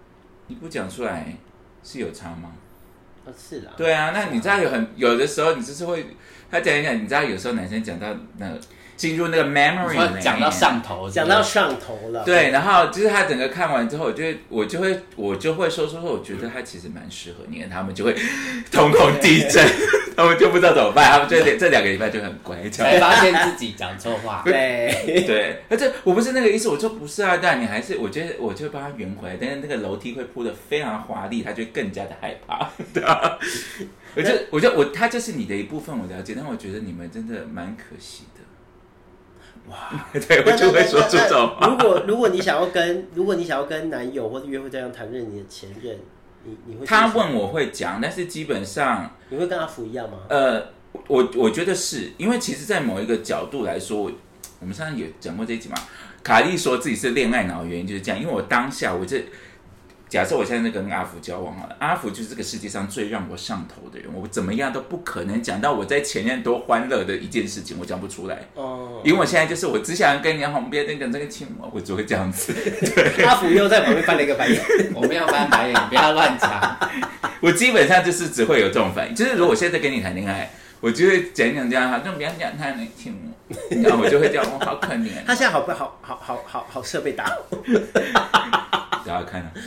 你不讲出来是有差吗？ 是啦。 对啊，那你知道有的时候你就是会，他讲一讲，你知道有时候男生讲到那个进入那个 memory 里面， 讲到上头， 讲到上头了。 对，然后就是他整个看完之后，我就会说，我觉得他其实蛮适合你的，他们就会瞳孔地震，他们就不知道怎么办，他们就这2个礼拜就很乖， 才发现自己讲错话。 对， 而且我不是那个意思，我说不是啊，但你还是我觉得我就帮他圆回来，但是那个楼梯会铺得非常华丽，他就更加的害怕。对啊，他就是你的一部分，我了解，但我觉得你们真的蛮可惜的。哇，对，我就会说出这种话。 如果你想要跟男友或者约会对象谈论你的前任，你会？ 他问我会讲，但是基本上你会跟阿福一样吗？ 我觉得是因为其实，在某一个角度来说，我们上次有讲过这一集嘛。卡莉说自己是恋爱脑的原因就是这样，因为我当下假设我现在在跟阿福交往好了，阿福就是这个世界上最让我上头的人，我怎么样都不可能讲到我在前任多欢乐的一件事情，我讲不出来。因为我现在就是我只想跟你旁边那个这个亲我只会这样子。 阿福又在旁边翻了一个白眼， 我没有翻白眼，你不要乱讲。 我基本上就是只会有这种反应，就是如果我现在跟你谈恋爱，我就会讲这样，就不要讲他能亲我，然后我就会这样，我好可怜。 他现在好设备打。 大家看啊。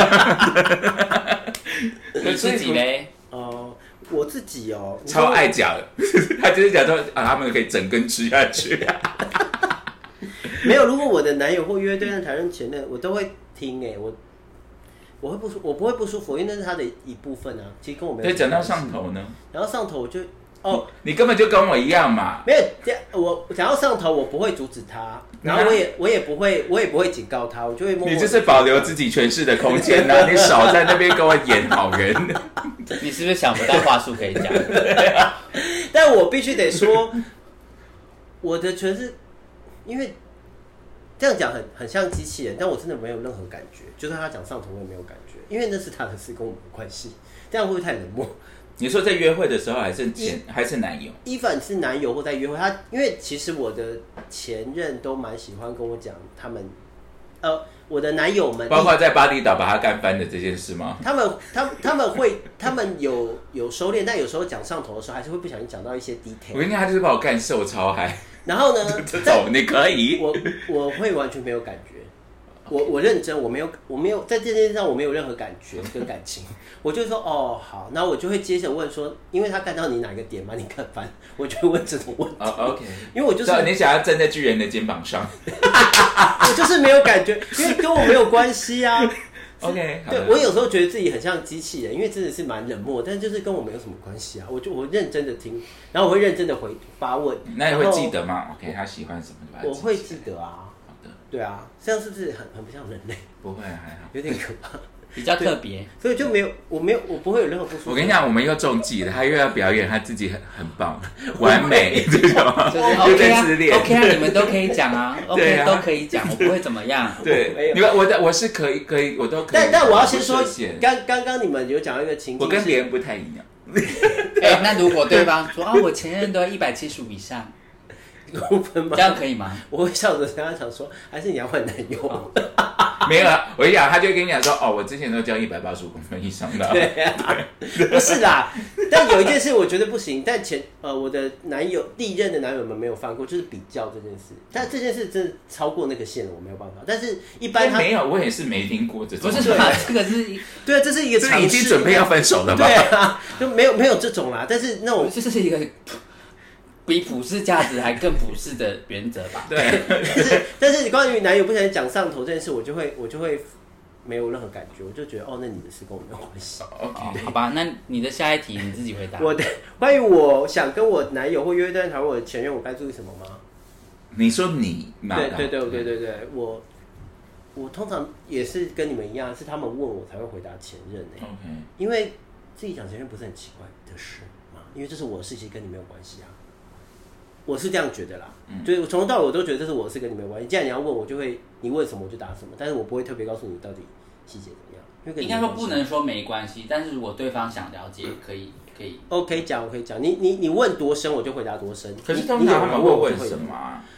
你自己嘞？ 我自己超爱讲的，他就是讲说他们可以整根吃下去。 没有，如果我的男友或约对象谈论前任，我都会听我不会不舒服，因为那是他的一部分啊。其实跟我没有。 对，讲到上头呢， 然后上头我就你根本就跟我一样嘛。 没有，我讲到上头，我不会阻止他，然后我也不会警告他，我就会默默。 你就是保留自己诠释的空间啊！你少在那边跟我演好人。 你是不是想不到话术可以讲？ 但我必须得说，我的诠释，因为这样讲很像机器人，但我真的没有任何感觉。就算他讲上头，我也没有感觉，因为那是他的事，跟我没关系。这样会不会太冷漠？ 你说在约会的时候还是男友 ？even是男友或在约会，因为其实我的前任都蛮喜欢跟我讲他们，我的男友们， 包括在巴厘岛把他干翻的这件事吗？ 他们有收敛，但有时候讲上头的时候，还是会不小心讲到一些 detail。 我跟你讲，他就是把我干瘦超嗨。 然后呢， 这种你可以， 我会完全没有感觉。我认真，我没有在这件事上我没有任何感觉跟感情，我就说好，然后我就会接着问说，因为他看到你哪个点把你看翻，我就会问这种问题。 OK， 因为我就是你想要站在巨人的肩膀上， 我就是没有感觉，因为跟我没有关系啊。 OK， 对，我有时候觉得自己很像机器人，因为真的是蛮冷漠，但是就是跟我没有什么关系啊。我认真的听，然后我会认真的发问。 那你会记得吗 ？OK， 他喜欢什么就把它记起来。 我会记得啊。对啊，这样是不是很不像人类？ 不会，还好， 有点可怕， 比较特别， 所以就我不会有任何不舒服。 我跟你讲，我们又中计了，他又要表演他自己很棒、完美这种， 就是 OK 啊 ，OK 啊，你们都可以讲啊 ，OK 都可以讲，我不会怎么样。 对，我是可以，我都可以。 但我要先说，刚刚你们有讲到一个情境， 我跟别人不太一样。 那如果对方说我前任都175以上。这样可以吗？ 我会笑着跟他讲说，还是你要换男友？ 没有啊，我一讲他就跟你讲说，我之前都交185公分以上的。 对啊，不是啦。但有一件事我觉得不行，但我的历任的男友们没有犯过，就是比较这件事。但这件事真的超过那个线了，我没有办法。但是一般没有，我也是没听过这种。 不是吧？这个是对啊，这是一个尝试， 已经准备要分手了吧？ 对啊，就没有这种啦。但是那种这是一个。比普世价值还更普世的原则吧。 对， 但是关于男友不小心讲上头这件事，我就会没有任何感觉，我就觉得那你的事跟我没有关系。 OK， 好吧，那你的下一题你自己回答。 关于我想跟我男友或约对象谈我的前任，我该注意什么吗？ 你说你嘛？ 对，我通常也是跟你们一样，是他们问我才会回答前任 OK， 因为自己讲前任不是很奇怪的事嘛，因为这是我的事情，跟你没有关系啊。我是这样觉得啦，就是从头到尾我都觉得这是我的事，跟你没有关系。既然你要问我，就会你问什么我就答什么，但是我不会特别告诉你到底细节怎么样。因为应该说不能说没关系，但是如果对方想了解，可以。 我可以讲，你问多深我就回答多深。 可是通常他们会问什么啊？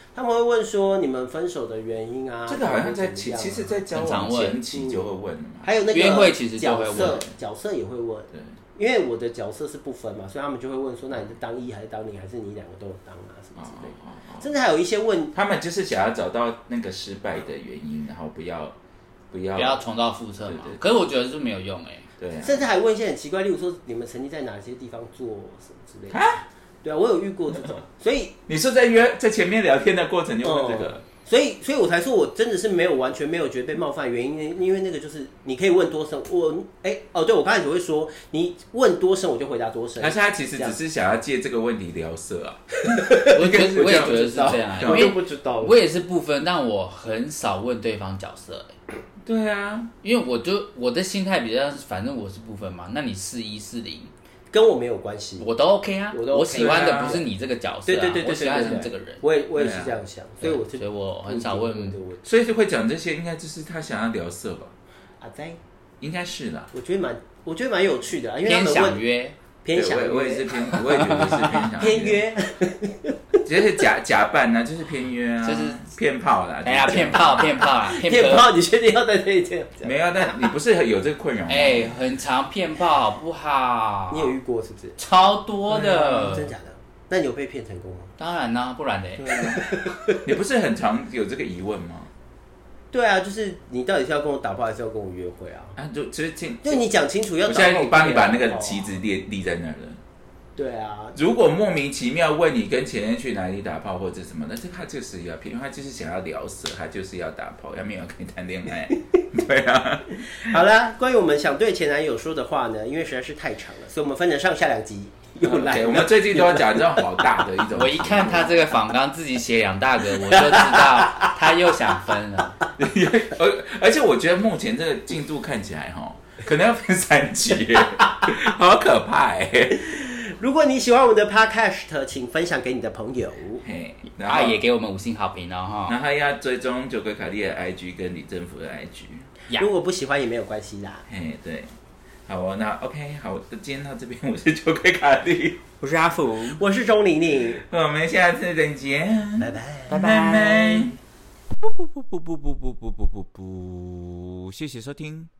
他们会问说你们分手的原因啊。 这个好像在其实，在交往前期就会问的嘛。 还有那个约会其实就会问， 角色也会问。 对， 因为我的角色是不分嘛，所以他们就会问说，那你是当一还是当零，还是你两个都有当啊什么之类的。甚至还有一些问， 他们就是想要找到那个失败的原因，然后不要重蹈覆辙嘛。可是我觉得是没有用对啊， 甚至还问一些很奇怪，例如说你们曾经在哪些地方做什么之类的。对啊，我有遇过这种，所以你说在前面聊天的过程就问这个。 所以我才说，我真的是完全没有觉得被冒犯的原因，因为那个就是你可以问多深，对我刚才只会说你问多深我就回答多深， 但是他其实只是想要借这个问题聊色啊。 我也觉得是这样， 我就不知道， 我也是不分，但我很少问对方角色。 对啊， 因为我的心态比较，反正我是不分嘛，那你是1是0。 跟我没有关系， 我都 OK 啊，我喜欢的不是你这个角色， 对， 我喜欢的是这个人。 我也是这样想，所以我很少问， 所以就会讲这些，应该就是他想要聊色吧？应该是啦。 我觉得蛮有趣的，因为偏想约， 我也是我也觉得是偏想偏约， 就是假扮啊，就是偏约啊，就是骗炮啦。 哎呀，骗炮啊， 骗炮，你确定要在这里这样讲？ 没有，但你不是有这个困扰吗？ 很常骗炮，好不好？ 你有遇过是不是？ 超多的， 真假的？那你有被骗成功吗？ 当然啦，不然嘞。 你不是很常有这个疑问吗？ 对啊，就是你到底是要跟我打炮还是要跟我约会啊？ 就你讲清楚要打炮。 我现在帮你把那个旗子立在那儿了。 对啊， 如果莫名其妙问你跟前任去哪里打炮或者什么，那他就是要骗，因为他就是想要聊色，他就是要打炮，要没有跟你谈恋爱。对啊。 好啦，关于我们想对前男友说的话呢，因为实在是太长了，所以我们分成上下2集。又来， 我们最近都要讲这种好大的一种。 我一看他这个访纲自己写2大格，我就知道他又想分了。 而且我觉得目前这个进度看起来可能要分3集，好可怕如果你喜欢我们的 podcast， 请分享给你的朋友， 然后也给我们5星好评哦。 然后要追踪九个卡莉的 IG 跟李政府的 IG。 如果不喜欢也没有关系啦。 对。好那 OK， 好，今天到这边，我是九个卡莉， 我是阿福， 我是钟玲玲， 我们下次再见， 拜拜， 拜拜。 不，谢谢收听。